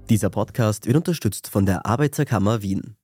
Dieser Podcast wird unterstützt von der Arbeiterkammer Wien.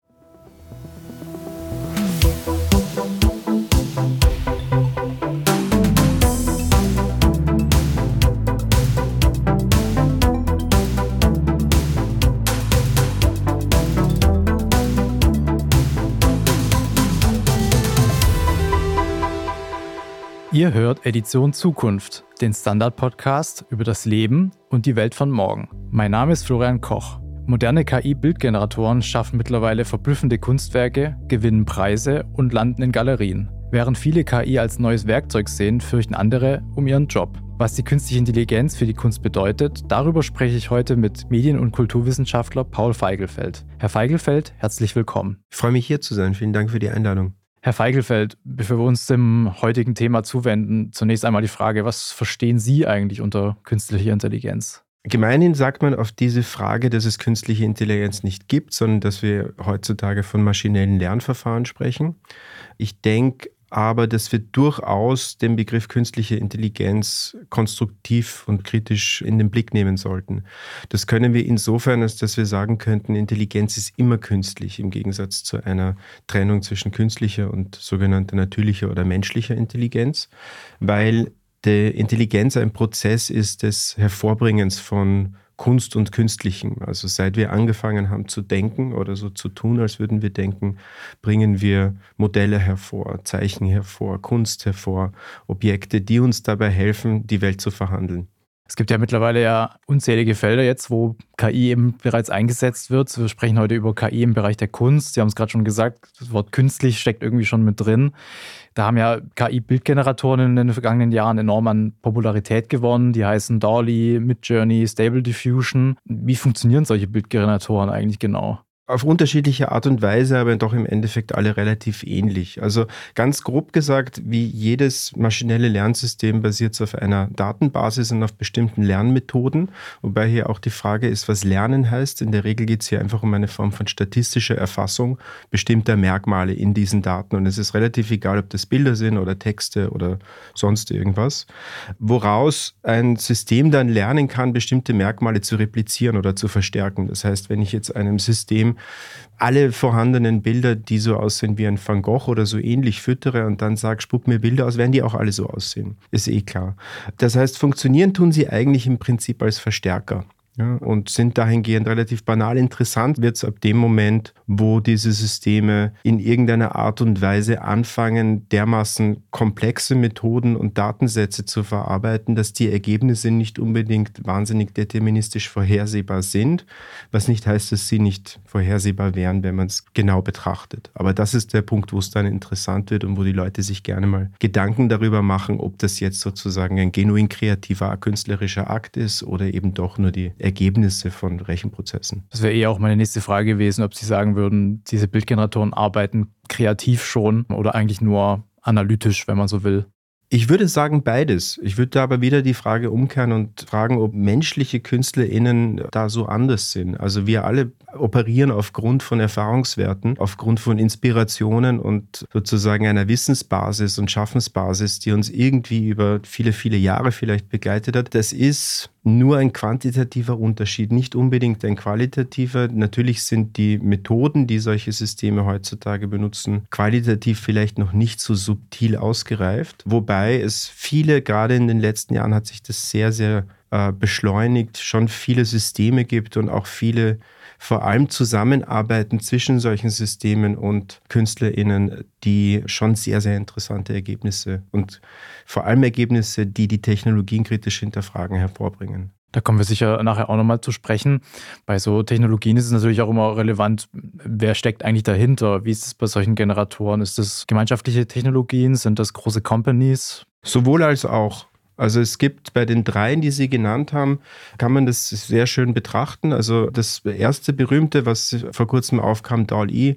Ihr hört Edition Zukunft, den Standard-Podcast über das Leben und die Welt von morgen. Mein Name ist Florian Koch. Moderne KI-Bildgeneratoren schaffen mittlerweile verblüffende Kunstwerke, gewinnen Preise und landen in Galerien. Während viele KI als neues Werkzeug sehen, fürchten andere um ihren Job. Was die künstliche Intelligenz für die Kunst bedeutet, darüber spreche ich heute mit Medien- und Kulturwissenschaftler Paul Feigelfeld. Herr Feigelfeld, herzlich willkommen. Ich freue mich, hier zu sein. Vielen Dank für die Einladung. Herr Feigelfeld, bevor wir uns dem heutigen Thema zuwenden, zunächst einmal die Frage, was verstehen Sie eigentlich unter künstlicher Intelligenz? Gemeinhin sagt man auf diese Frage, dass es künstliche Intelligenz nicht gibt, sondern dass wir heutzutage von maschinellen Lernverfahren sprechen. Ich denke aber, dass wir durchaus den Begriff künstliche Intelligenz konstruktiv und kritisch in den Blick nehmen sollten. Das können wir insofern, als dass wir sagen könnten, Intelligenz ist immer künstlich, im Gegensatz zu einer Trennung zwischen künstlicher und sogenannter natürlicher oder menschlicher Intelligenz, weil die Intelligenz ein Prozess ist des Hervorbringens von Kunst und Künstlichem. Also seit wir angefangen haben zu denken oder so zu tun, als würden wir denken, bringen wir Modelle hervor, Zeichen hervor, Kunst hervor, Objekte, die uns dabei helfen, die Welt zu verhandeln. Es gibt ja mittlerweile ja unzählige Felder jetzt, wo KI eben bereits eingesetzt wird. Wir sprechen heute über KI im Bereich der Kunst. Sie haben es gerade schon gesagt, das Wort künstlich steckt irgendwie schon mit drin. Da haben ja KI-Bildgeneratoren in den vergangenen Jahren enorm an Popularität gewonnen. Die heißen DALL-E, Midjourney, Stable Diffusion. Wie funktionieren solche Bildgeneratoren eigentlich genau? Auf unterschiedliche Art und Weise, aber doch im Endeffekt alle relativ ähnlich. Also ganz grob gesagt, wie jedes maschinelle Lernsystem basiert es auf einer Datenbasis und auf bestimmten Lernmethoden. Wobei hier auch die Frage ist, was Lernen heißt. In der Regel geht es hier einfach um eine Form von statistischer Erfassung bestimmter Merkmale in diesen Daten. Und es ist relativ egal, ob das Bilder sind oder Texte oder sonst irgendwas. Woraus ein System dann lernen kann, bestimmte Merkmale zu replizieren oder zu verstärken. Das heißt, wenn ich jetzt einem System alle vorhandenen Bilder, die so aussehen wie ein Van Gogh oder so ähnlich, füttere und dann sage, spuck mir Bilder aus, werden die auch alle so aussehen. Ist eh klar. Das heißt, funktionieren tun sie eigentlich im Prinzip als Verstärker. Ja, und sind dahingehend relativ banal. Interessant wird es ab dem Moment, wo diese Systeme in irgendeiner Art und Weise anfangen, dermaßen komplexe Methoden und Datensätze zu verarbeiten, dass die Ergebnisse nicht unbedingt wahnsinnig deterministisch vorhersehbar sind, was nicht heißt, dass sie nicht vorhersehbar wären, wenn man es genau betrachtet. Aber das ist der Punkt, wo es dann interessant wird und wo die Leute sich gerne mal Gedanken darüber machen, ob das jetzt sozusagen ein genuin kreativer, künstlerischer Akt ist oder eben doch nur die Ergebnisse von Rechenprozessen. Das wäre auch meine nächste Frage gewesen, ob Sie sagen würden, diese Bildgeneratoren arbeiten kreativ schon oder eigentlich nur analytisch, wenn man so will. Ich würde sagen beides. Ich würde da aber wieder die Frage umkehren und fragen, ob menschliche KünstlerInnen da so anders sind. Also wir alle operieren aufgrund von Erfahrungswerten, aufgrund von Inspirationen und sozusagen einer Wissensbasis und Schaffensbasis, die uns irgendwie über viele, viele Jahre vielleicht begleitet hat. Das ist nur ein quantitativer Unterschied, nicht unbedingt ein qualitativer. Natürlich sind die Methoden, die solche Systeme heutzutage benutzen, qualitativ vielleicht noch nicht so subtil ausgereift. Wobei es viele, gerade in den letzten Jahren hat sich das sehr, sehr beschleunigt, schon viele Systeme gibt und auch viele vor allem Zusammenarbeiten zwischen solchen Systemen und KünstlerInnen, die schon sehr, sehr interessante Ergebnisse und vor allem Ergebnisse, die die Technologien kritisch hinterfragen, hervorbringen. Da kommen wir sicher nachher auch nochmal zu sprechen. Bei so Technologien ist es natürlich auch immer relevant, wer steckt eigentlich dahinter? Wie ist es bei solchen Generatoren? Ist das gemeinschaftliche Technologien? Sind das große Companies? Sowohl als auch. Also es gibt bei den dreien, die Sie genannt haben, kann man das sehr schön betrachten. Also das erste berühmte, was vor kurzem aufkam, DALL-E,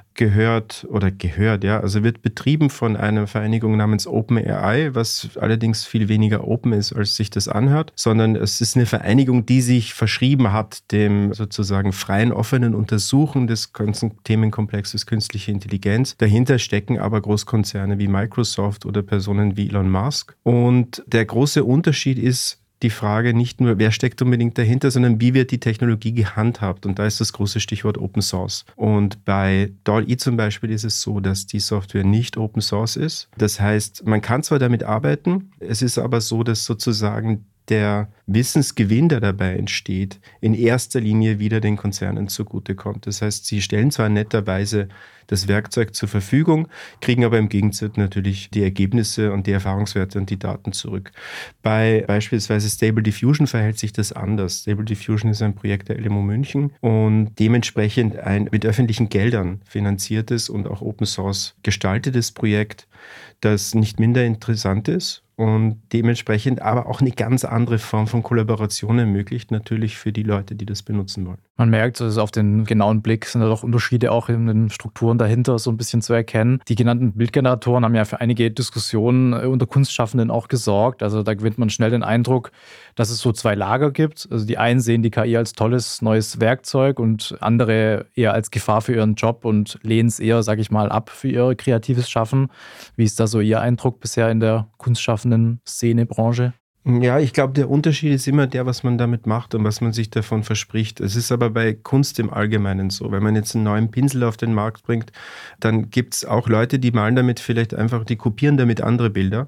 wird betrieben von einer Vereinigung namens OpenAI, was allerdings viel weniger open ist, als sich das anhört, sondern es ist eine Vereinigung, die sich verschrieben hat, dem sozusagen freien, offenen Untersuchen des ganzen Themenkomplexes künstliche Intelligenz. Dahinter stecken aber Großkonzerne wie Microsoft oder Personen wie Elon Musk. Und der große Unterschied ist, die Frage nicht nur, wer steckt unbedingt dahinter, sondern wie wird die Technologie gehandhabt. Und da ist das große Stichwort Open Source. Und bei DALL-E zum Beispiel ist es so, dass die Software nicht Open Source ist. Das heißt, man kann zwar damit arbeiten, es ist aber so, dass sozusagen der Wissensgewinn, der dabei entsteht, in erster Linie wieder den Konzernen zugutekommt. Das heißt, sie stellen zwar netterweise das Werkzeug zur Verfügung, kriegen aber im Gegenzug natürlich die Ergebnisse und die Erfahrungswerte und die Daten zurück. Bei beispielsweise Stable Diffusion verhält sich das anders. Stable Diffusion ist ein Projekt der LMU München und dementsprechend ein mit öffentlichen Geldern finanziertes und auch Open Source gestaltetes Projekt, das nicht minder interessant ist und dementsprechend aber auch eine ganz andere Form von Kollaboration ermöglicht, natürlich für die Leute, die das benutzen wollen. Man merkt, also auf den genauen Blick sind da doch Unterschiede auch in den Strukturen dahinter so ein bisschen zu erkennen. Die genannten Bildgeneratoren haben ja für einige Diskussionen unter Kunstschaffenden auch gesorgt. Also da gewinnt man schnell den Eindruck, dass es so zwei Lager gibt. Also die einen sehen die KI als tolles neues Werkzeug und andere eher als Gefahr für ihren Job und lehnen es eher, sage ich mal, ab für ihr kreatives Schaffen. Wie ist da so Ihr Eindruck bisher in der kunstschaffenden Szene, Branche? Ja, ich glaube, der Unterschied ist immer der, was man damit macht und was man sich davon verspricht. Es ist aber bei Kunst im Allgemeinen so. Wenn man jetzt einen neuen Pinsel auf den Markt bringt, dann gibt es auch Leute, die malen damit vielleicht einfach, die kopieren damit andere Bilder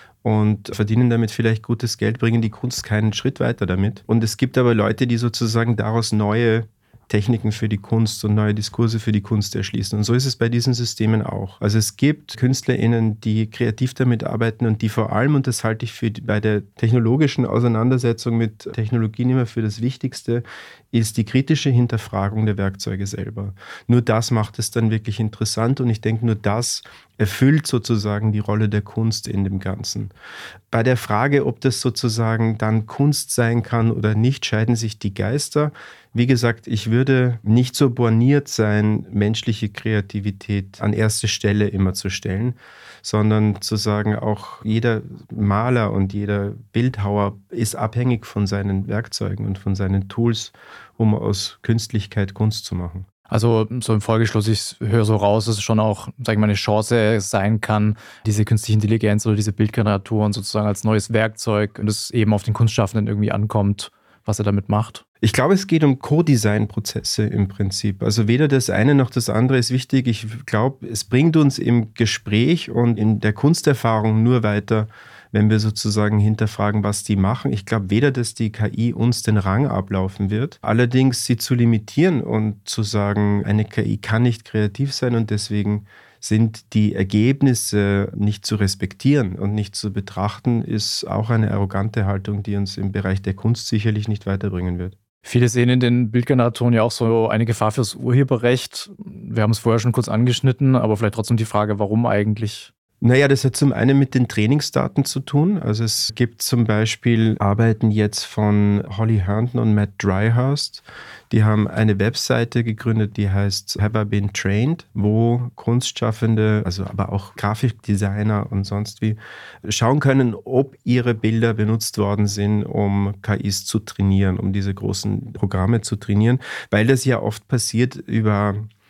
und verdienen damit vielleicht gutes Geld, bringen die Kunst keinen Schritt weiter damit. Und es gibt aber Leute, die sozusagen daraus neue Techniken für die Kunst und neue Diskurse für die Kunst erschließen. Und so ist es bei diesen Systemen auch. Also es gibt KünstlerInnen, die kreativ damit arbeiten und die vor allem, und das halte ich bei der technologischen Auseinandersetzung mit Technologien immer für das Wichtigste, ist die kritische Hinterfragung der Werkzeuge selber. Nur das macht es dann wirklich interessant und ich denke, nur das erfüllt sozusagen die Rolle der Kunst in dem Ganzen. Bei der Frage, ob das sozusagen dann Kunst sein kann oder nicht, scheiden sich die Geister. Wie gesagt, ich würde nicht so borniert sein, menschliche Kreativität an erste Stelle immer zu stellen, sondern zu sagen, auch jeder Maler und jeder Bildhauer ist abhängig von seinen Werkzeugen und von seinen Tools, um aus Künstlichkeit Kunst zu machen. Also so im Folgeschluss, ich höre so raus, dass es schon auch, sag ich mal, eine Chance sein kann, diese künstliche Intelligenz oder diese Bildgeneratoren sozusagen als neues Werkzeug und es eben auf den Kunstschaffenden irgendwie ankommt, was er damit macht. Ich glaube, es geht um Co-Design-Prozesse im Prinzip. Also weder das eine noch das andere ist wichtig. Ich glaube, es bringt uns im Gespräch und in der Kunsterfahrung nur weiter, wenn wir sozusagen hinterfragen, was die machen. Ich glaube weder, dass die KI uns den Rang ablaufen wird. Allerdings sie zu limitieren und zu sagen, eine KI kann nicht kreativ sein und deswegen sind die Ergebnisse nicht zu respektieren und nicht zu betrachten, ist auch eine arrogante Haltung, die uns im Bereich der Kunst sicherlich nicht weiterbringen wird. Viele sehen in den Bildgeneratoren ja auch so eine Gefahr fürs Urheberrecht. Wir haben es vorher schon kurz angeschnitten, aber vielleicht trotzdem die Frage, warum eigentlich? Naja, das hat zum einen mit den Trainingsdaten zu tun. Also es gibt zum Beispiel Arbeiten jetzt von Holly Herndon und Matt Dryhurst. Die haben eine Webseite gegründet, die heißt Have I Been Trained, wo Kunstschaffende, also aber auch Grafikdesigner und sonst wie, schauen können, ob ihre Bilder benutzt worden sind, um KIs zu trainieren, um diese großen Programme zu trainieren, weil das ja oft passiert über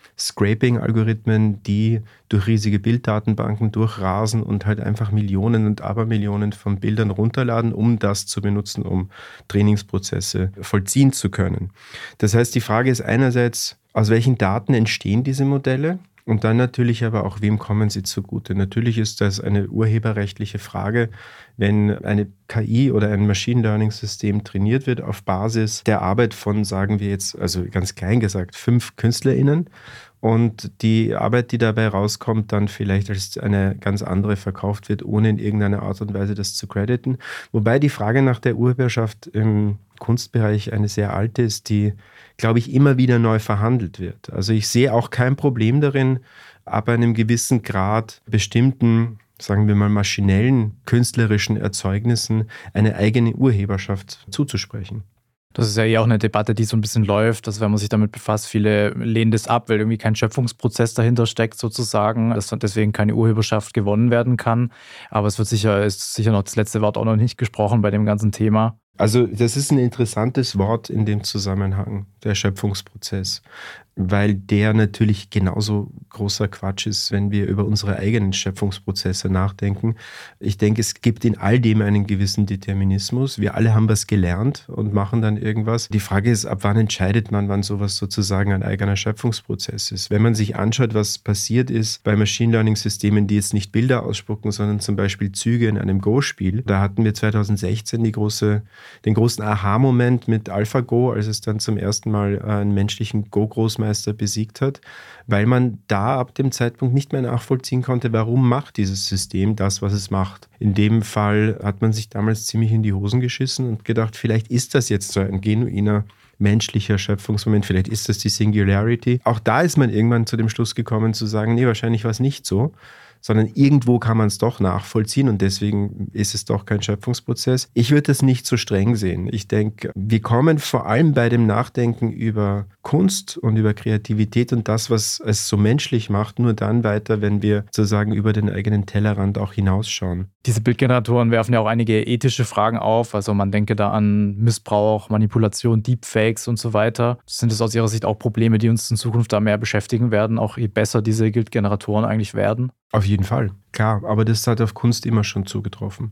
Scraping-Algorithmen, die durch riesige Bilddatenbanken durchrasen und halt einfach Millionen und Abermillionen von Bildern runterladen, um das zu benutzen, um Trainingsprozesse vollziehen zu können. Das heißt, die Frage ist einerseits, aus welchen Daten entstehen diese Modelle? Und dann natürlich aber auch, wem kommen sie zugute? Natürlich ist das eine urheberrechtliche Frage, wenn eine KI oder ein Machine Learning System trainiert wird auf Basis der Arbeit von, sagen wir jetzt, also ganz klein gesagt, 5 KünstlerInnen und die Arbeit, die dabei rauskommt, dann vielleicht als eine ganz andere verkauft wird, ohne in irgendeiner Art und Weise das zu crediten. Wobei die Frage nach der Urheberschaft im Kunstbereich eine sehr alte ist, die, glaube ich, immer wieder neu verhandelt wird. Also ich sehe auch kein Problem darin, ab einem gewissen Grad bestimmten, sagen wir mal, maschinellen, künstlerischen Erzeugnissen eine eigene Urheberschaft zuzusprechen. Das ist ja eh auch eine Debatte, die so ein bisschen läuft, dass wenn man sich damit befasst, viele lehnen das ab, weil irgendwie kein Schöpfungsprozess dahinter steckt sozusagen, dass deswegen keine Urheberschaft gewonnen werden kann. Aber ist sicher noch das letzte Wort auch noch nicht gesprochen bei dem ganzen Thema. Also das ist ein interessantes Wort in dem Zusammenhang, der Schöpfungsprozess. weil der natürlich genauso großer Quatsch ist, wenn wir über unsere eigenen Schöpfungsprozesse nachdenken. Ich denke, es gibt in all dem einen gewissen Determinismus. Wir alle haben was gelernt und machen dann irgendwas. Die Frage ist, ab wann entscheidet man, wann sowas sozusagen ein eigener Schöpfungsprozess ist? Wenn man sich anschaut, was passiert ist bei Machine Learning-Systemen, die jetzt nicht Bilder ausspucken, sondern zum Beispiel Züge in einem Go-Spiel, da hatten wir 2016 den großen Aha-Moment mit AlphaGo, als es dann zum ersten Mal einen menschlichen Go-Großmeister besiegt hat, weil man da ab dem Zeitpunkt nicht mehr nachvollziehen konnte, warum macht dieses System das, was es macht. In dem Fall hat man sich damals ziemlich in die Hosen geschissen und gedacht, vielleicht ist das jetzt so ein genuiner menschlicher Schöpfungsmoment, vielleicht ist das die Singularity. Auch da ist man irgendwann zu dem Schluss gekommen zu sagen, nee, wahrscheinlich war es nicht so, sondern irgendwo kann man es doch nachvollziehen und deswegen ist es doch kein Schöpfungsprozess. Ich würde das nicht so streng sehen. Ich denke, wir kommen vor allem bei dem Nachdenken über Kunst und über Kreativität und das, was es so menschlich macht, nur dann weiter, wenn wir sozusagen über den eigenen Tellerrand auch hinausschauen. Diese Bildgeneratoren werfen ja auch einige ethische Fragen auf. Also man denke da an Missbrauch, Manipulation, Deepfakes und so weiter. Sind es aus Ihrer Sicht auch Probleme, die uns in Zukunft da mehr beschäftigen werden, auch je besser diese Bildgeneratoren eigentlich werden? Auf jeden Fall, klar, aber das hat auf Kunst immer schon zugetroffen.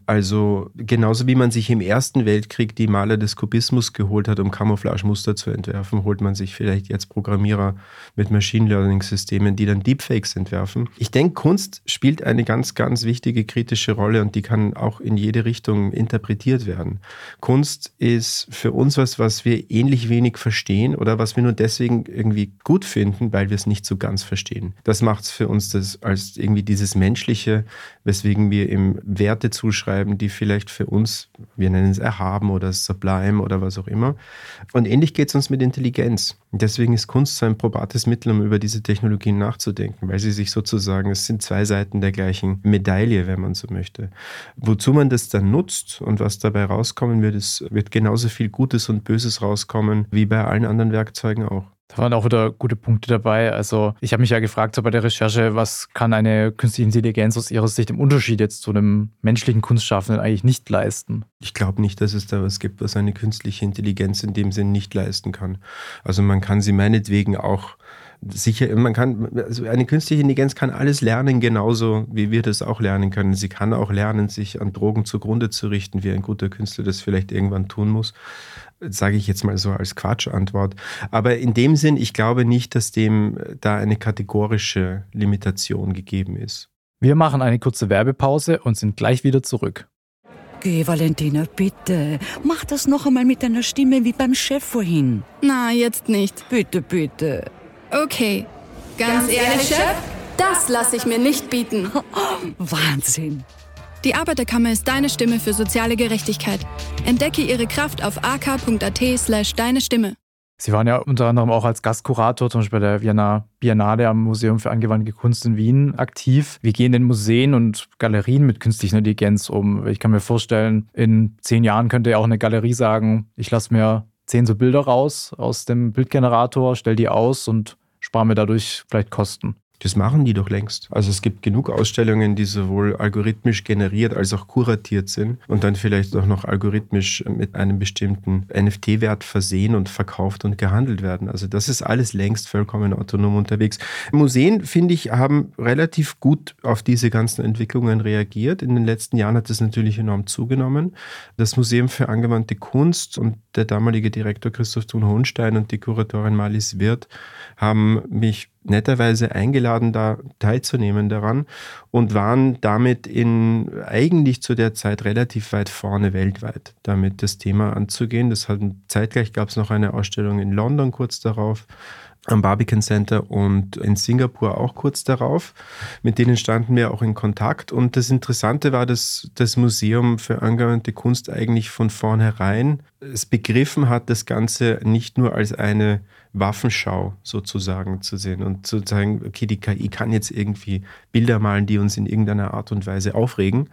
Also genauso wie man sich im Ersten Weltkrieg die Maler des Kubismus geholt hat, um Camouflagemuster zu entwerfen, holt man sich vielleicht jetzt Programmierer mit Machine Learning Systemen, die dann Deepfakes entwerfen. Ich denke, Kunst spielt eine ganz, ganz wichtige kritische Rolle und die kann auch in jede Richtung interpretiert werden. Kunst ist für uns was wir ähnlich wenig verstehen oder was wir nur deswegen irgendwie gut finden, weil wir es nicht so ganz verstehen. Das macht es für uns das als irgendwie dieses Menschliche, weswegen wir ihm Werte zuschreiben, die vielleicht für uns, wir nennen es erhaben oder sublime oder was auch immer. Und ähnlich geht es uns mit Intelligenz. Und deswegen ist Kunst so ein probates Mittel, um über diese Technologien nachzudenken, weil sie sich sozusagen, es sind zwei Seiten der gleichen Medaille, wenn man so möchte. Wozu man das dann nutzt und was dabei rauskommen wird, es wird genauso viel Gutes und Böses rauskommen, wie bei allen anderen Werkzeugen auch. Da waren auch wieder gute Punkte dabei. Also ich habe mich ja gefragt so bei der Recherche, was kann eine künstliche Intelligenz aus Ihrer Sicht im Unterschied jetzt zu einem menschlichen Kunstschaffenden eigentlich nicht leisten? Ich glaube nicht, dass es da was gibt, was eine künstliche Intelligenz in dem Sinn nicht leisten kann. Also man kann sie meinetwegen auch sicher, also eine künstliche Intelligenz kann alles lernen, genauso wie wir das auch lernen können. Sie kann auch lernen, sich an Drogen zugrunde zu richten, wie ein guter Künstler das vielleicht irgendwann tun muss. Sage ich jetzt mal so als Quatschantwort. Aber in dem Sinn, ich glaube nicht, dass dem da eine kategorische Limitation gegeben ist. Wir machen eine kurze Werbepause und sind gleich wieder zurück. Geh, Valentina, bitte. Mach das noch einmal mit deiner Stimme wie beim Chef vorhin. Na, jetzt nicht. Bitte, bitte. Okay. Ganz ehrlich, Chef? Das lasse ich mir nicht bieten. Wahnsinn. Die Arbeiterkammer ist deine Stimme für soziale Gerechtigkeit. Entdecke ihre Kraft auf ak.at/deine Stimme. Sie waren ja unter anderem auch als Gastkurator zum Beispiel bei der Wiener Biennale am Museum für angewandte Kunst in Wien aktiv. Wie gehen denn Museen und Galerien mit künstlicher Intelligenz um? Ich kann mir vorstellen, in 10 Jahren könnte ja auch eine Galerie sagen, ich lasse mir 10 so Bilder raus aus dem Bildgenerator, stelle die aus und spare mir dadurch vielleicht Kosten. Das machen die doch längst. Also es gibt genug Ausstellungen, die sowohl algorithmisch generiert als auch kuratiert sind und dann vielleicht auch noch algorithmisch mit einem bestimmten NFT-Wert versehen und verkauft und gehandelt werden. Also das ist alles längst vollkommen autonom unterwegs. Museen, finde ich, haben relativ gut auf diese ganzen Entwicklungen reagiert. In den letzten Jahren hat das natürlich enorm zugenommen. Das Museum für angewandte Kunst und der damalige Direktor Christoph Thun-Hohenstein und die Kuratorin Marlies Wirth haben mich netterweise eingeladen, da teilzunehmen daran und waren damit eigentlich zu der Zeit relativ weit vorne weltweit, damit das Thema anzugehen. Zeitgleich gab es noch eine Ausstellung in London kurz darauf, am Barbican Center und in Singapur auch kurz darauf. Mit denen standen wir auch in Kontakt. Und das Interessante war, dass das Museum für angewandte Kunst eigentlich von vornherein es begriffen hat, das Ganze nicht nur als eine Waffenschau sozusagen zu sehen und zu sagen, okay, die KI kann jetzt irgendwie Bilder malen, die uns in irgendeiner Art und Weise aufregen,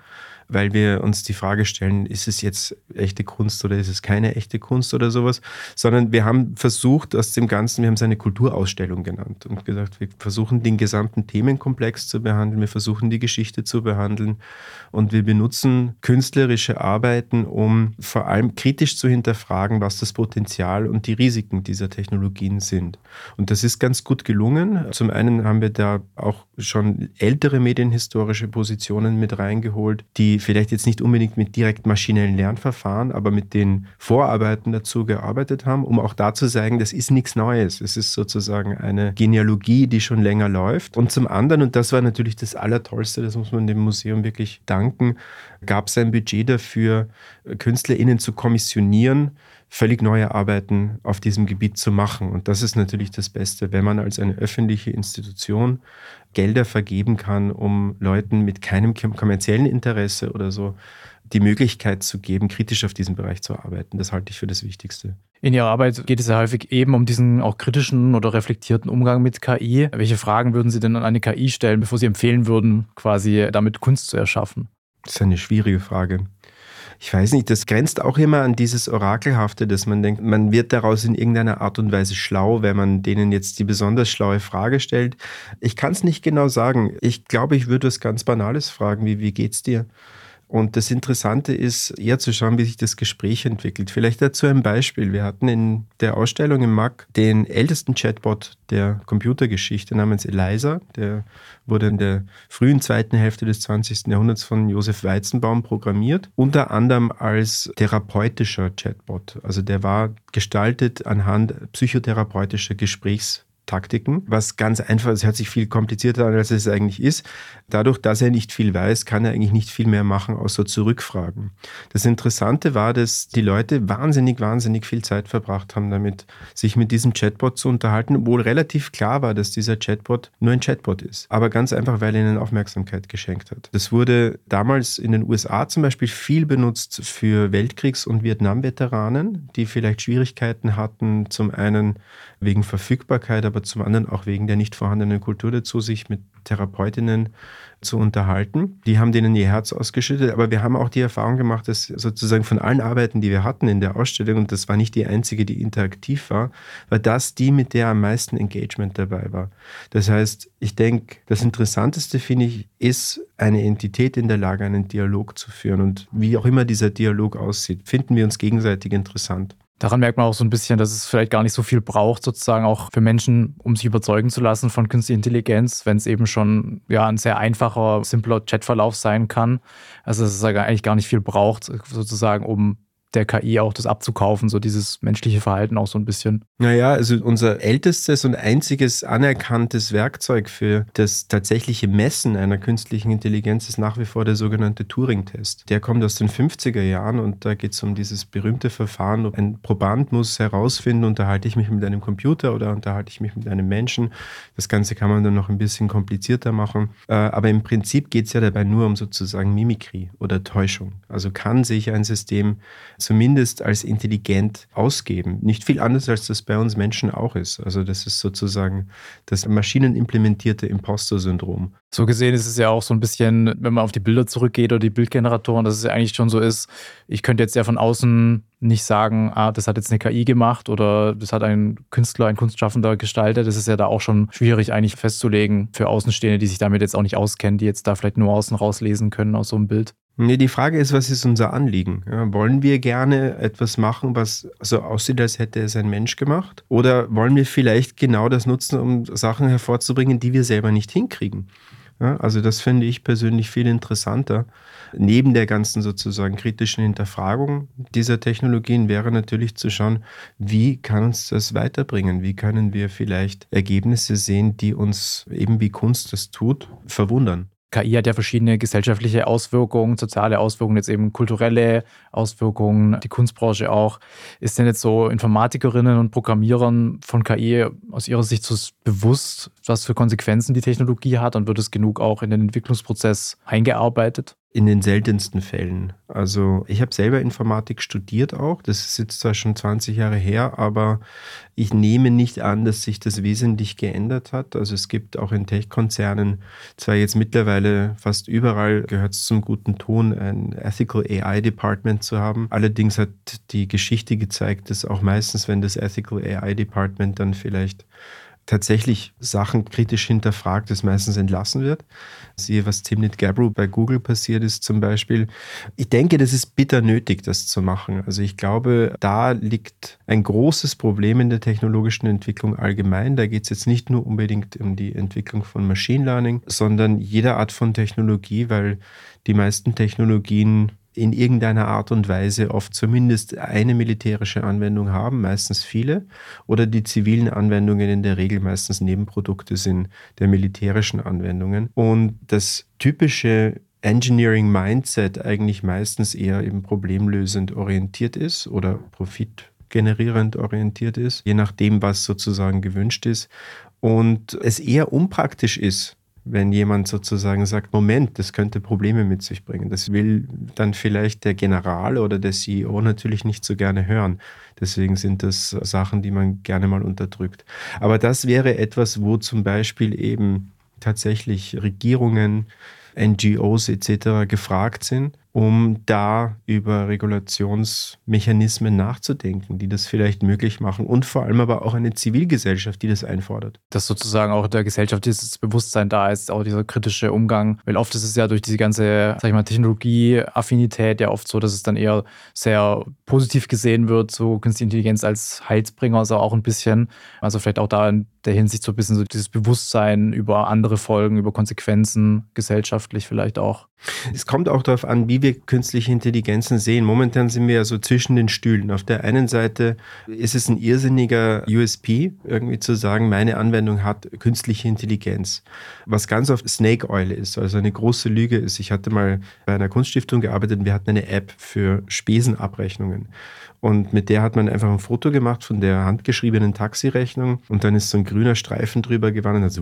weil wir uns die Frage stellen, ist es jetzt echte Kunst oder ist es keine echte Kunst oder sowas, sondern wir haben versucht, aus dem Ganzen, wir haben es eine Kulturausstellung genannt und gesagt, wir versuchen den gesamten Themenkomplex zu behandeln, wir versuchen die Geschichte zu behandeln und wir benutzen künstlerische Arbeiten, um vor allem kritisch zu hinterfragen, was das Potenzial und die Risiken dieser Technologien sind. Und das ist ganz gut gelungen. Zum einen haben wir da auch schon ältere medienhistorische Positionen mit reingeholt, die vielleicht jetzt nicht unbedingt mit direkt maschinellen Lernverfahren, aber mit den Vorarbeiten dazu gearbeitet haben, um auch da zu sagen, das ist nichts Neues. Es ist sozusagen eine Genealogie, die schon länger läuft. Und zum anderen, und das war natürlich das Allertollste, das muss man dem Museum wirklich danken, gab es ein Budget dafür, KünstlerInnen zu kommissionieren, völlig neue Arbeiten auf diesem Gebiet zu machen. Und das ist natürlich das Beste, wenn man als eine öffentliche Institution Gelder vergeben kann, um Leuten mit keinem kommerziellen Interesse oder so die Möglichkeit zu geben, kritisch auf diesem Bereich zu arbeiten. Das halte ich für das Wichtigste. In Ihrer Arbeit geht es ja häufig eben um diesen auch kritischen oder reflektierten Umgang mit KI. Welche Fragen würden Sie denn an eine KI stellen, bevor Sie empfehlen würden, quasi damit Kunst zu erschaffen? Das ist eine schwierige Frage. Ich weiß nicht, das grenzt auch immer an dieses Orakelhafte, dass man denkt, man wird daraus in irgendeiner Art und Weise schlau, wenn man denen jetzt die besonders schlaue Frage stellt. Ich kann es nicht genau sagen. Ich glaube, ich würde was ganz Banales fragen, wie geht's dir? Und das Interessante ist, eher zu schauen, wie sich das Gespräch entwickelt. Vielleicht dazu ein Beispiel. Wir hatten in der Ausstellung im MAC den ältesten Chatbot der Computergeschichte namens Eliza. Der wurde in der frühen zweiten Hälfte des 20. Jahrhunderts von Josef Weizenbaum programmiert. Unter anderem als therapeutischer Chatbot. Also der war gestaltet anhand psychotherapeutischer Gesprächstaktiken, was ganz einfach, es hört sich viel komplizierter an, als es eigentlich ist. Dadurch, dass er nicht viel weiß, kann er eigentlich nicht viel mehr machen, außer zurückfragen. Das Interessante war, dass die Leute wahnsinnig viel Zeit verbracht haben damit, sich mit diesem Chatbot zu unterhalten, obwohl relativ klar war, dass dieser Chatbot nur ein Chatbot ist. Aber ganz einfach, weil er ihnen Aufmerksamkeit geschenkt hat. Das wurde damals in den USA zum Beispiel viel benutzt für Weltkriegs- und Vietnam-Veteranen, die vielleicht Schwierigkeiten hatten, zum einen wegen Verfügbarkeit, aber zum anderen auch wegen der nicht vorhandenen Kultur dazu, sich mit Therapeutinnen zu unterhalten. Die haben denen ihr Herz ausgeschüttet, aber wir haben auch die Erfahrung gemacht, dass sozusagen von allen Arbeiten, die wir hatten in der Ausstellung, und das war nicht die einzige, die interaktiv war das die, mit der am meisten Engagement dabei war. Das heißt, ich denke, das Interessanteste, finde ich, ist eine Entität in der Lage, einen Dialog zu führen. Und wie auch immer dieser Dialog aussieht, finden wir uns gegenseitig interessant. Daran merkt man auch so ein bisschen, dass es vielleicht gar nicht so viel braucht, sozusagen auch für Menschen, um sich überzeugen zu lassen von künstlicher Intelligenz, wenn es eben schon ein sehr einfacher, simpler Chatverlauf sein kann. Also dass es eigentlich gar nicht viel braucht, sozusagen, um der KI auch das abzukaufen, so dieses menschliche Verhalten auch so ein bisschen. Naja, also unser ältestes und einziges anerkanntes Werkzeug für das tatsächliche Messen einer künstlichen Intelligenz ist nach wie vor der sogenannte Turing-Test. Der kommt aus den 50er Jahren und da geht es um dieses berühmte Verfahren. Ein Proband muss herausfinden, unterhalte ich mich mit einem Computer oder unterhalte ich mich mit einem Menschen. Das Ganze kann man dann noch ein bisschen komplizierter machen. Aber im Prinzip geht es ja dabei nur um sozusagen Mimikrie oder Täuschung. Also kann sich ein System zumindest als intelligent ausgeben. Nicht viel anders, als das bei uns Menschen auch ist. Also das ist sozusagen das maschinenimplementierte Imposter-Syndrom. So gesehen ist es ja auch so ein bisschen, wenn man auf die Bilder zurückgeht oder die Bildgeneratoren, dass es ja eigentlich schon so ist, ich könnte jetzt ja von außen nicht sagen, das hat jetzt eine KI gemacht oder das hat ein Künstler, ein Kunstschaffender gestaltet. Das ist ja da auch schon schwierig eigentlich festzulegen für Außenstehende, die sich damit jetzt auch nicht auskennen, die jetzt da vielleicht Nuancen rauslesen können aus so einem Bild. Nee, die Frage ist, was ist unser Anliegen? Ja, wollen wir gerne etwas machen, was so aussieht, als hätte es ein Mensch gemacht? Oder wollen wir vielleicht genau das nutzen, um Sachen hervorzubringen, die wir selber nicht hinkriegen? Ja, also das finde ich persönlich viel interessanter. Neben der ganzen sozusagen kritischen Hinterfragung dieser Technologien wäre natürlich zu schauen, wie kann uns das weiterbringen? Wie können wir vielleicht Ergebnisse sehen, die uns eben wie Kunst das tut, verwundern? KI hat ja verschiedene gesellschaftliche Auswirkungen, soziale Auswirkungen, jetzt eben kulturelle Auswirkungen, die Kunstbranche auch. Ist denn jetzt so Informatikerinnen und Programmierern von KI aus ihrer Sicht so bewusst, was für Konsequenzen die Technologie hat, und wird es genug auch in den Entwicklungsprozess eingearbeitet? In den seltensten Fällen. Also ich habe selber Informatik studiert auch. Das ist jetzt zwar schon 20 Jahre her, aber ich nehme nicht an, dass sich das wesentlich geändert hat. Also es gibt auch in Tech-Konzernen, zwar jetzt mittlerweile fast überall gehört es zum guten Ton, ein Ethical AI Department zu haben. Allerdings hat die Geschichte gezeigt, dass auch meistens, wenn das Ethical AI Department dann vielleicht tatsächlich Sachen kritisch hinterfragt, es meistens entlassen wird. Siehe, was Timnit Gebru bei Google passiert ist zum Beispiel. Ich denke, das ist bitter nötig, das zu machen. Also ich glaube, da liegt ein großes Problem in der technologischen Entwicklung allgemein. Da geht es jetzt nicht nur unbedingt um die Entwicklung von Machine Learning, sondern jeder Art von Technologie, weil die meisten Technologien in irgendeiner Art und Weise oft zumindest eine militärische Anwendung haben, meistens viele, oder die zivilen Anwendungen in der Regel meistens Nebenprodukte sind der militärischen Anwendungen. Und das typische Engineering-Mindset eigentlich meistens eher eben problemlösend orientiert ist oder profitgenerierend orientiert ist, je nachdem, was sozusagen gewünscht ist. Und es eher unpraktisch ist, wenn jemand sozusagen sagt, Moment, das könnte Probleme mit sich bringen. Das will dann vielleicht der General oder der CEO natürlich nicht so gerne hören. Deswegen sind das Sachen, die man gerne mal unterdrückt. Aber das wäre etwas, wo zum Beispiel eben tatsächlich Regierungen, NGOs etc. gefragt sind, um da über Regulationsmechanismen nachzudenken, die das vielleicht möglich machen, und vor allem aber auch eine Zivilgesellschaft, die das einfordert. Dass sozusagen auch der Gesellschaft dieses Bewusstsein da ist, auch dieser kritische Umgang, weil oft ist es ja durch diese ganze, sag ich mal, Technologieaffinität ja oft so, dass es dann eher sehr positiv gesehen wird, so Künstliche Intelligenz als Heilsbringer, also auch ein bisschen, also vielleicht auch da in der Hinsicht so ein bisschen so dieses Bewusstsein über andere Folgen, über Konsequenzen, gesellschaftlich vielleicht auch. Es kommt auch darauf an, wie wir künstliche Intelligenzen sehen. Momentan sind wir ja so zwischen den Stühlen. Auf der einen Seite ist es ein irrsinniger USP, irgendwie zu sagen, meine Anwendung hat künstliche Intelligenz. Was ganz oft Snake Oil ist, also eine große Lüge ist. Ich hatte mal bei einer Kunststiftung gearbeitet und wir hatten eine App für Spesenabrechnungen. Und mit der hat man einfach ein Foto gemacht von der handgeschriebenen Taxirechnung und dann ist so ein grüner Streifen drüber gewandert, also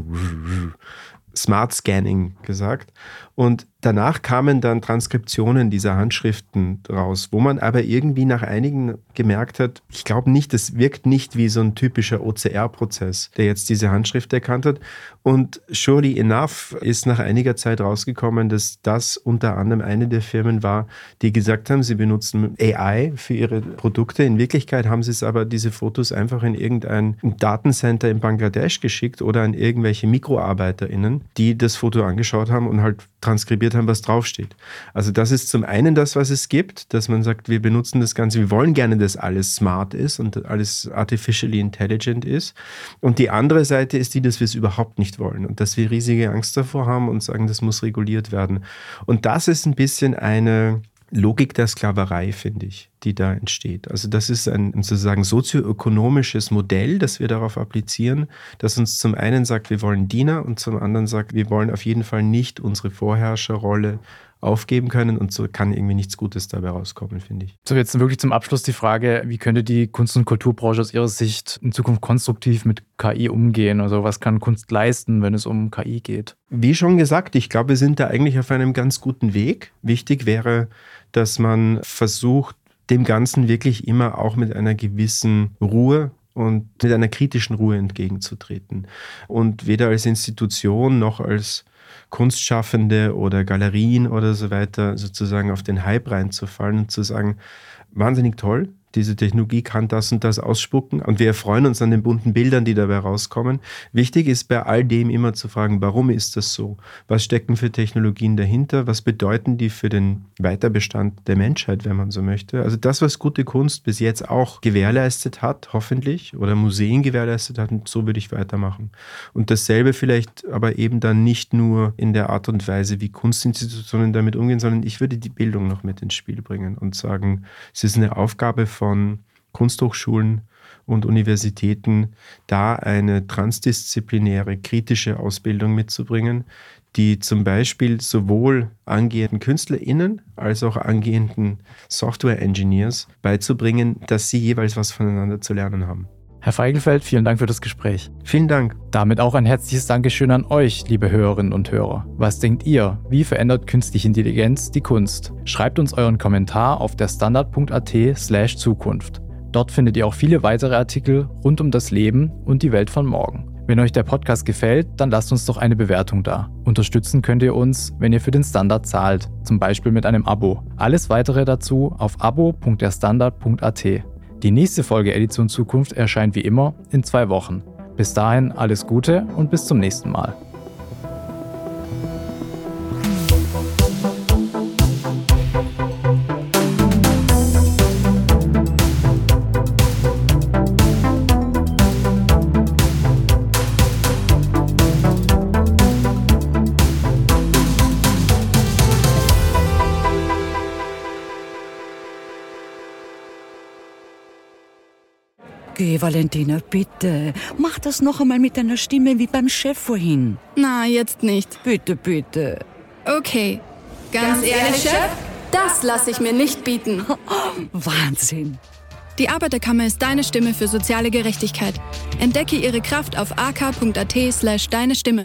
Smart Scanning gesagt. Und danach kamen dann Transkriptionen dieser Handschriften raus, wo man aber irgendwie nach einigen gemerkt hat, ich glaube nicht, das wirkt nicht wie so ein typischer OCR-Prozess, der jetzt diese Handschrift erkannt hat. Und surely enough ist nach einiger Zeit rausgekommen, dass das unter anderem eine der Firmen war, die gesagt haben, sie benutzen AI für ihre Produkte. In Wirklichkeit haben sie es aber, diese Fotos, einfach in irgendein Datencenter in Bangladesch geschickt oder an irgendwelche MikroarbeiterInnen, die das Foto angeschaut haben und halt transkribiert haben, was draufsteht. Also das ist zum einen das, was es gibt, dass man sagt, wir benutzen das Ganze, wir wollen gerne, dass alles smart ist und alles artificially intelligent ist. Und die andere Seite ist die, dass wir es überhaupt nicht wollen und dass wir riesige Angst davor haben und sagen, das muss reguliert werden. Und das ist ein bisschen eine Logik der Sklaverei, finde ich, die da entsteht. Also das ist ein sozusagen sozioökonomisches Modell, das wir darauf applizieren, das uns zum einen sagt, wir wollen Diener und zum anderen sagt, wir wollen auf jeden Fall nicht unsere Vorherrscherrolle aufgeben können und so kann irgendwie nichts Gutes dabei rauskommen, finde ich. So, jetzt wirklich zum Abschluss die Frage, wie könnte die Kunst- und Kulturbranche aus Ihrer Sicht in Zukunft konstruktiv mit KI umgehen? Also was kann Kunst leisten, wenn es um KI geht? Wie schon gesagt, ich glaube, wir sind da eigentlich auf einem ganz guten Weg. Wichtig wäre, dass man versucht, dem Ganzen wirklich immer auch mit einer gewissen Ruhe und mit einer kritischen Ruhe entgegenzutreten. Und weder als Institution noch als Kunstschaffende oder Galerien oder so weiter sozusagen auf den Hype reinzufallen und zu sagen, wahnsinnig toll, diese Technologie kann das und das ausspucken und wir erfreuen uns an den bunten Bildern, die dabei rauskommen. Wichtig ist bei all dem immer zu fragen, warum ist das so? Was stecken für Technologien dahinter? Was bedeuten die für den Weiterbestand der Menschheit, wenn man so möchte? Also das, was gute Kunst bis jetzt auch gewährleistet hat, hoffentlich, oder Museen gewährleistet hat, und so würde ich weitermachen. Und dasselbe vielleicht aber eben dann nicht nur in der Art und Weise, wie Kunstinstitutionen damit umgehen, sondern ich würde die Bildung noch mit ins Spiel bringen und sagen, es ist eine Aufgabe von Kunsthochschulen und Universitäten, da eine transdisziplinäre, kritische Ausbildung mitzubringen, die zum Beispiel sowohl angehenden KünstlerInnen als auch angehenden Software-Engineers beizubringen, dass sie jeweils was voneinander zu lernen haben. Herr Feigelfeld, vielen Dank für das Gespräch. Vielen Dank. Damit auch ein herzliches Dankeschön an euch, liebe Hörerinnen und Hörer. Was denkt ihr? Wie verändert künstliche Intelligenz die Kunst? Schreibt uns euren Kommentar auf derstandard.at/Zukunft. Dort findet ihr auch viele weitere Artikel rund um das Leben und die Welt von morgen. Wenn euch der Podcast gefällt, dann lasst uns doch eine Bewertung da. Unterstützen könnt ihr uns, wenn ihr für den Standard zahlt, zum Beispiel mit einem Abo. Alles weitere dazu auf abo.derstandard.at. Die nächste Folge Edition Zukunft erscheint wie immer in 2 Wochen. Bis dahin alles Gute und bis zum nächsten Mal. Geh, Valentina, bitte. Mach das noch einmal mit deiner Stimme wie beim Chef vorhin. Na, jetzt nicht. Bitte, bitte. Okay. Ganz ehrlich, Chef? Das lasse ich mir nicht bieten. Wahnsinn. Die Arbeiterkammer ist deine Stimme für soziale Gerechtigkeit. Entdecke ihre Kraft auf ak.at/deine Stimme.